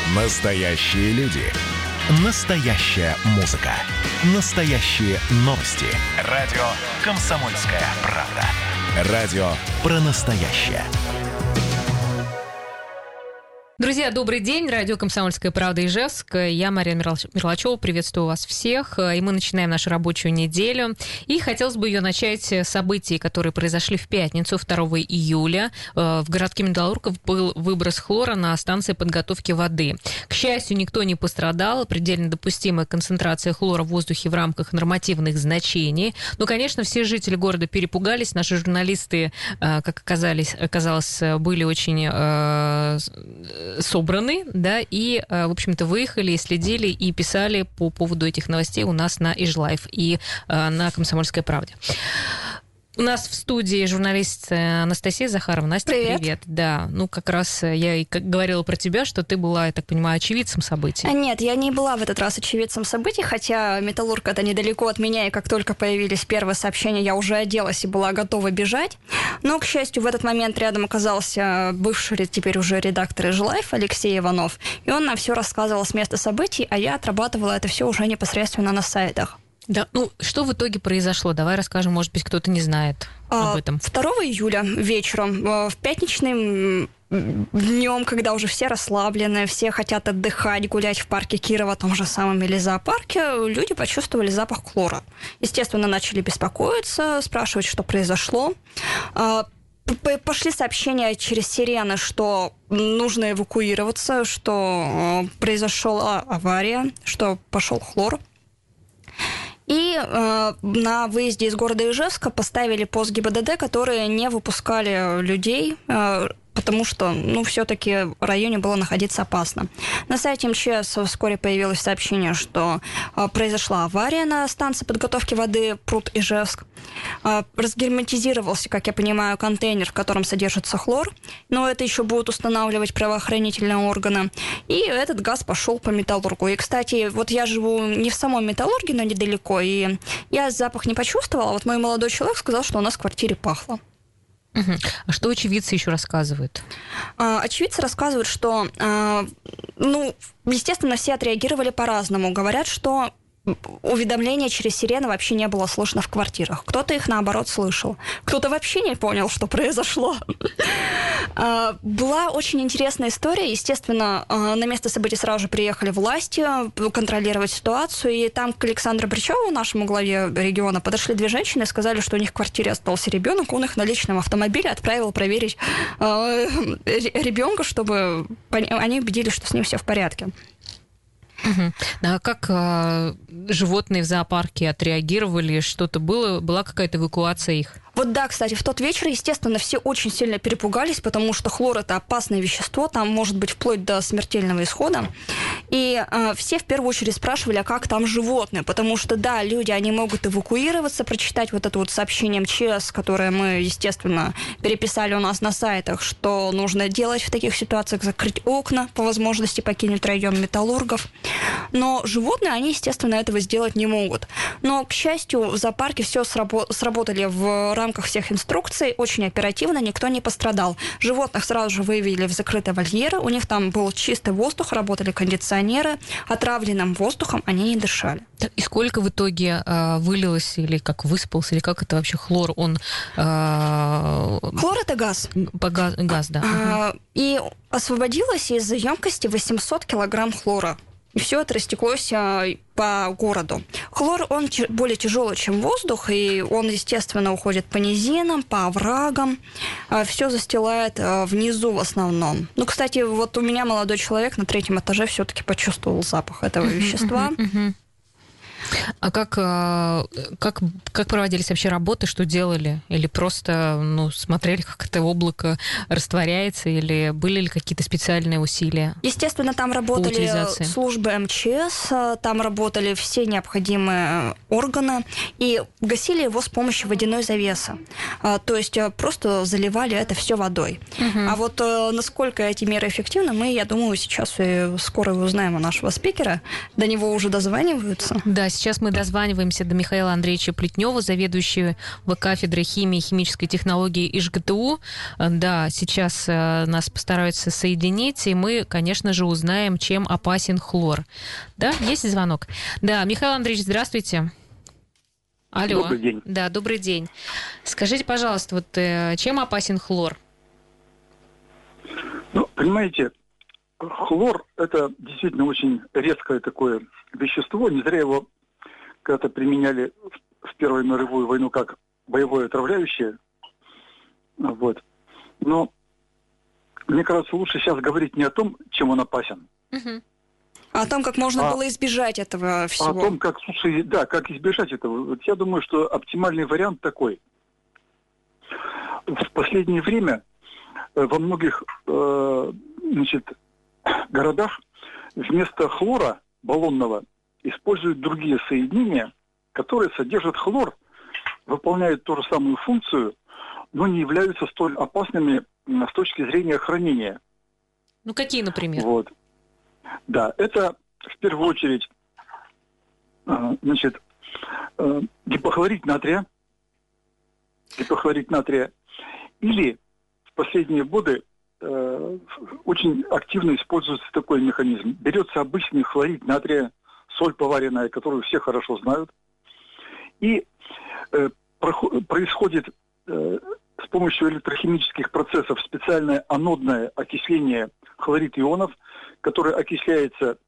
Настоящие люди. Настоящая музыка. Настоящие новости. Радио «Комсомольская правда». Радио про настоящее. Друзья, добрый день. Радио «Комсомольская правда» Ижевск. Я, Марина Мерлачева, приветствую вас всех. И мы начинаем нашу рабочую неделю. И хотелось бы ее начать с событий, которые произошли в пятницу, 2 июля. В городке Металлургов был выброс хлора на станции подготовки воды. К счастью, никто не пострадал. Предельно допустимая концентрация хлора в воздухе в рамках нормативных значений. Но, конечно, все жители города перепугались. Наши журналисты, как оказалось, были очень собраны, да, и, в общем-то, выехали, следили и писали по поводу этих новостей у нас на Ижлайф и на «Комсомольской правде». У нас в студии журналист Анастасия Захарова. Настя, привет. Да, ну как раз я и говорила про тебя, что ты была, я так понимаю, очевидцем событий. Нет, я не была в этот раз очевидцем событий, хотя Металлург это недалеко от меня, и как только появились первые сообщения, я уже оделась и была готова бежать. Но, к счастью, в этот момент рядом оказался бывший теперь уже редактор Ижлайф Алексей Иванов, и он нам все рассказывал с места событий, а я отрабатывала это все уже непосредственно на сайтах. Да, ну что в итоге произошло? Давай расскажем, может быть, кто-то не знает об этом. 2 июля вечером, в пятничный днем, когда уже все расслаблены, все хотят отдыхать, гулять в парке Кирова, том же самом или зоопарке, люди почувствовали запах хлора. Естественно, начали беспокоиться, спрашивать, что произошло. Пошли сообщения через сирены, что нужно эвакуироваться, что произошла авария, что пошел хлор. И на выезде из города Ижевска поставили пост ГИБДД, которые не выпускали людей, потому что, все-таки в районе было находиться опасно. На сайте МЧС вскоре появилось сообщение, что произошла авария на станции подготовки воды Пруд-Ижевск. Разгерметизировался, как я понимаю, контейнер, в котором содержится хлор, но это еще будут устанавливать правоохранительные органы. И этот газ пошел по Металлургу. И, кстати, вот я живу не в самом Металлурге, но недалеко, и я запах не почувствовала. Вот мой молодой человек сказал, что у нас в квартире пахло. А что очевидцы еще рассказывают? Очевидцы рассказывают, что, естественно, все отреагировали по-разному. Говорят, что уведомления через сирены вообще не было слышно в квартирах. Кто-то их, наоборот, слышал. Кто-то вообще не понял, что произошло. Была очень интересная история. Естественно, на место событий сразу же приехали власти контролировать ситуацию. И там к Александру Бричеву, нашему главе региона, подошли две женщины и сказали, что у них в квартире остался ребенок. Он их на личном автомобиле отправил проверить ребенка, чтобы они убедились, что с ним все в порядке. А как животные в зоопарке отреагировали? Что-то было? Была какая-то эвакуация их? Вот да, кстати, в тот вечер, естественно, все очень сильно перепугались, потому что хлор – это опасное вещество, там может быть вплоть до смертельного исхода. И все в первую очередь спрашивали, а как там животные? Потому что, да, люди, они могут эвакуироваться, прочитать вот это вот сообщение МЧС, которое мы, естественно, переписали у нас на сайтах, что нужно делать в таких ситуациях, закрыть окна, по возможности покинуть район Металлургов. Но животные, они, естественно, этого сделать не могут. Но, к счастью, в зоопарке все сработали в рамках всех инструкций, очень оперативно, никто не пострадал. Животных сразу же вывели в закрытые вольеры, у них там был чистый воздух, работали кондиционеры, отравленным воздухом они не дышали. И сколько в итоге вылилось, или как высыпался, или как это вообще хлор? Хлор – это газ. Газ, да. И освободилось из емкости 800 килограмм хлора. И все это растеклось по городу. Хлор, он более тяжелый, чем воздух, и он, естественно, уходит по низинам, по оврагам, все застилает внизу в основном. Кстати, вот у меня молодой человек на 3-м этаже все-таки почувствовал запах этого вещества. А как проводились вообще работы, что делали? Или просто смотрели, как это облако растворяется, или были ли какие-то специальные усилия? Естественно, там работали службы МЧС, там работали все необходимые органы, и гасили его с помощью водяной завесы. То есть просто заливали это все водой. А вот насколько эти меры эффективны, мы, я думаю, сейчас скоро узнаем у нашего спикера. До него уже дозваниваются. Да, сейчас мы дозваниваемся до Михаила Андреевича Плетнева, заведующего кафедрой химии и химической технологии ИЖГТУ. Да, сейчас нас постараются соединить, и мы, конечно же, узнаем, чем опасен хлор. Да, есть звонок? Да, Михаил Андреевич, здравствуйте. Алло. Добрый день. Да, добрый день. Скажите, пожалуйста, вот чем опасен хлор? Ну, понимаете, хлор – это действительно очень редкое такое вещество. Не зря его когда-то применяли в Первую мировую войну как боевое отравляющее. Вот. Но мне кажется, лучше сейчас говорить не о том, чем он опасен. Угу. А о том, как можно было избежать этого всего. О том, как, слушай, да, как избежать этого. Вот я думаю, что оптимальный вариант такой. В последнее время во многих городах вместо хлора баллонного используют другие соединения, которые содержат хлор, выполняют ту же самую функцию, но не являются столь опасными с точки зрения хранения. Ну, какие, например? Вот. Да, это в первую очередь гипохлорид натрия. Или в последние годы очень активно используется такой механизм. Берется обычный хлорид натрия, соль поваренная, которую все хорошо знают, и происходит с помощью электрохимических процессов специальное анодное окисление хлорид-ионов, которое окисляется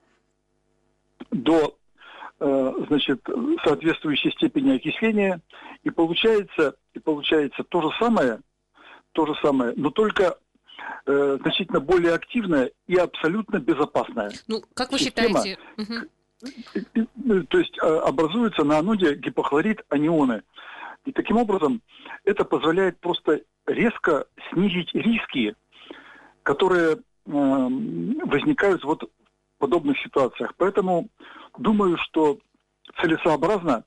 до соответствующей степени окисления, и получается то же самое, но только значительно более активное и абсолютно безопасное. Ну, как вы считаете? То есть образуются на аноде гипохлорид-анионы. И таким образом это позволяет просто резко снизить риски, которые возникают вот в подобных ситуациях. Поэтому думаю, что целесообразно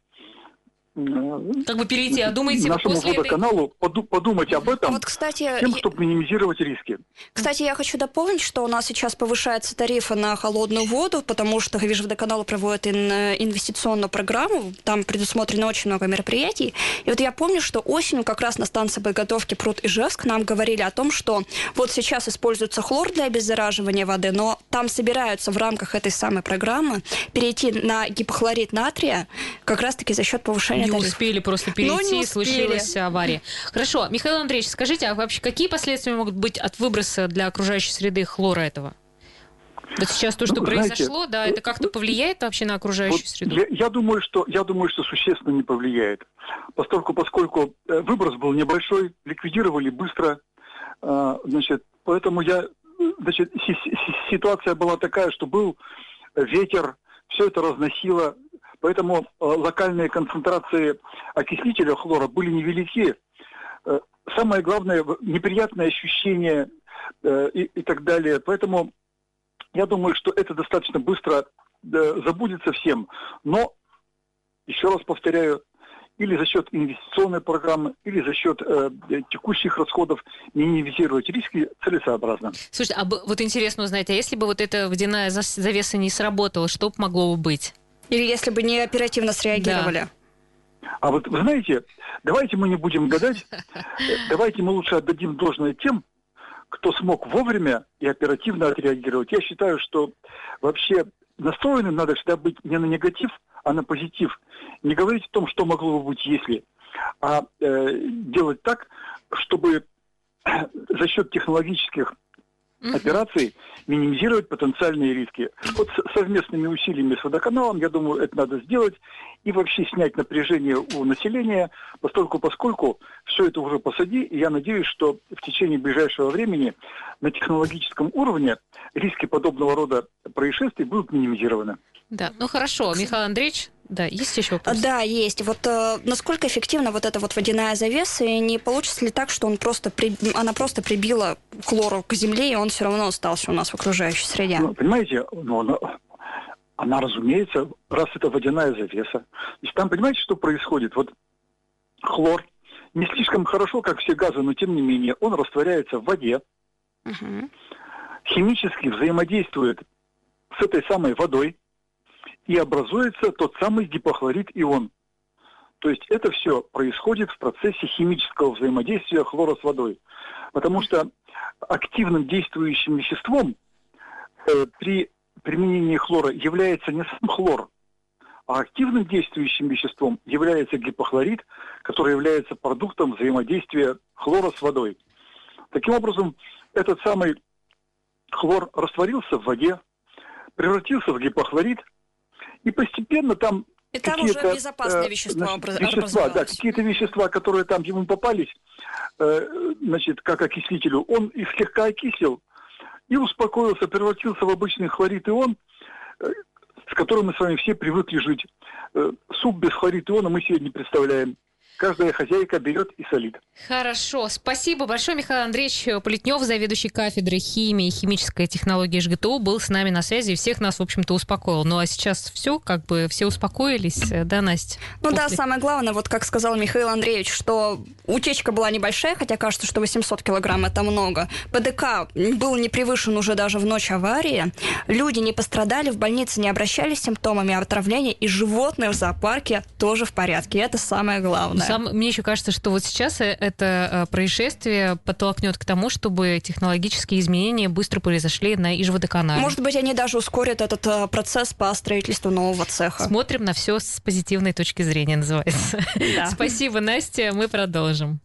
как бы перейти, а думаете, нашему водоканалу подумать об этом, вот, кстати, тем, чтобы минимизировать риски. Кстати, я хочу дополнить, что у нас сейчас повышаются тарифы на холодную воду, потому что Водоканал проводит инвестиционную программу, там предусмотрено очень много мероприятий. И вот я помню, что осенью как раз на станции подготовки Пруд-Ижевск нам говорили о том, что вот сейчас используется хлор для обеззараживания воды, но там собираются в рамках этой самой программы перейти на гипохлорид натрия как раз-таки за счет повышения не успели просто перейти, случилась авария. Хорошо, Михаил Андреевич, скажите, а вообще какие последствия могут быть от выброса для окружающей среды хлора этого? Вот сейчас то, что произошло, да, это как-то повлияет вообще на окружающую среду? Я думаю, что существенно не повлияет. Поскольку выброс был небольшой, ликвидировали быстро, поэтому ситуация была такая, что был ветер, все это разносило. Поэтому локальные концентрации окислителя хлора были невелики. Самое главное, неприятное ощущение и так далее. Поэтому я думаю, что это достаточно быстро забудется всем. Но, еще раз повторяю, или за счет инвестиционной программы, или за счет текущих расходов минимизировать риски целесообразно. Слушайте, вот интересно узнать, а если бы вот эта водяная завеса не сработала, что бы могло бы быть? Или если бы не оперативно среагировали. Да. А вот, вы знаете, давайте мы не будем гадать, давайте мы лучше отдадим должное тем, кто смог вовремя и оперативно отреагировать. Я считаю, что вообще настроенным надо всегда быть не на негатив, а на позитив. Не говорить о том, что могло бы быть, если, а делать так, чтобы за счет технологических операций минимизировать потенциальные риски. Вот совместными усилиями с водоканалом, я думаю, это надо сделать и вообще снять напряжение у населения, поскольку все это уже позади, и я надеюсь, что в течение ближайшего времени на технологическом уровне риски подобного рода происшествий будут минимизированы. Да, ну хорошо, Михаил Андреевич, да, есть еще вопрос? Да, есть. Вот насколько эффективна вот эта вот водяная завеса, и не получится ли так, что она просто прибила хлору к земле, и он все равно остался у нас в окружающей среде? Ну, понимаете, она, разумеется, раз это водяная завеса. То есть там, понимаете, что происходит? Вот хлор не слишком хорошо, как все газы, но тем не менее он растворяется в воде, химически взаимодействует с этой самой водой, и образуется тот самый гипохлорид-ион. То есть это все происходит в процессе химического взаимодействия хлора с водой. Потому что активным действующим веществом при применении хлора является не сам хлор, а активным действующим веществом является гипохлорид, который является продуктом взаимодействия хлора с водой. Таким образом, этот самый хлор растворился в воде, превратился в гипохлорид, и постепенно там и там уже безопасные вещества да, какие-то вещества, которые там ему попались, как окислителю, он их слегка окислил и успокоился, превратился в обычный хлорид-ион, с которым мы с вами все привыкли жить. Суп без хлорид-иона мы себе не представляем. Каждая хозяйка берет и солит. Хорошо. Спасибо большое. Михаил Андреевич Плетнев, заведующий кафедрой химии и химической технологии ЖГТУ, был с нами на связи и всех нас, в общем-то, успокоил. Ну, а сейчас все, все успокоились, да, Настя? Да, самое главное, вот как сказал Михаил Андреевич, что утечка была небольшая, хотя кажется, что 800 килограмм – это много. ПДК был не превышен уже даже в ночь аварии. Люди не пострадали, в больнице не обращались с симптомами отравления, и животные в зоопарке тоже в порядке. И это самое главное. Мне еще кажется, что вот сейчас это происшествие подтолкнет к тому, чтобы технологические изменения быстро произошли на Ижводоканале. Может быть, они даже ускорят этот процесс по строительству нового цеха. Смотрим на все с позитивной точки зрения, называется. Да. Спасибо, Настя. Мы продолжим.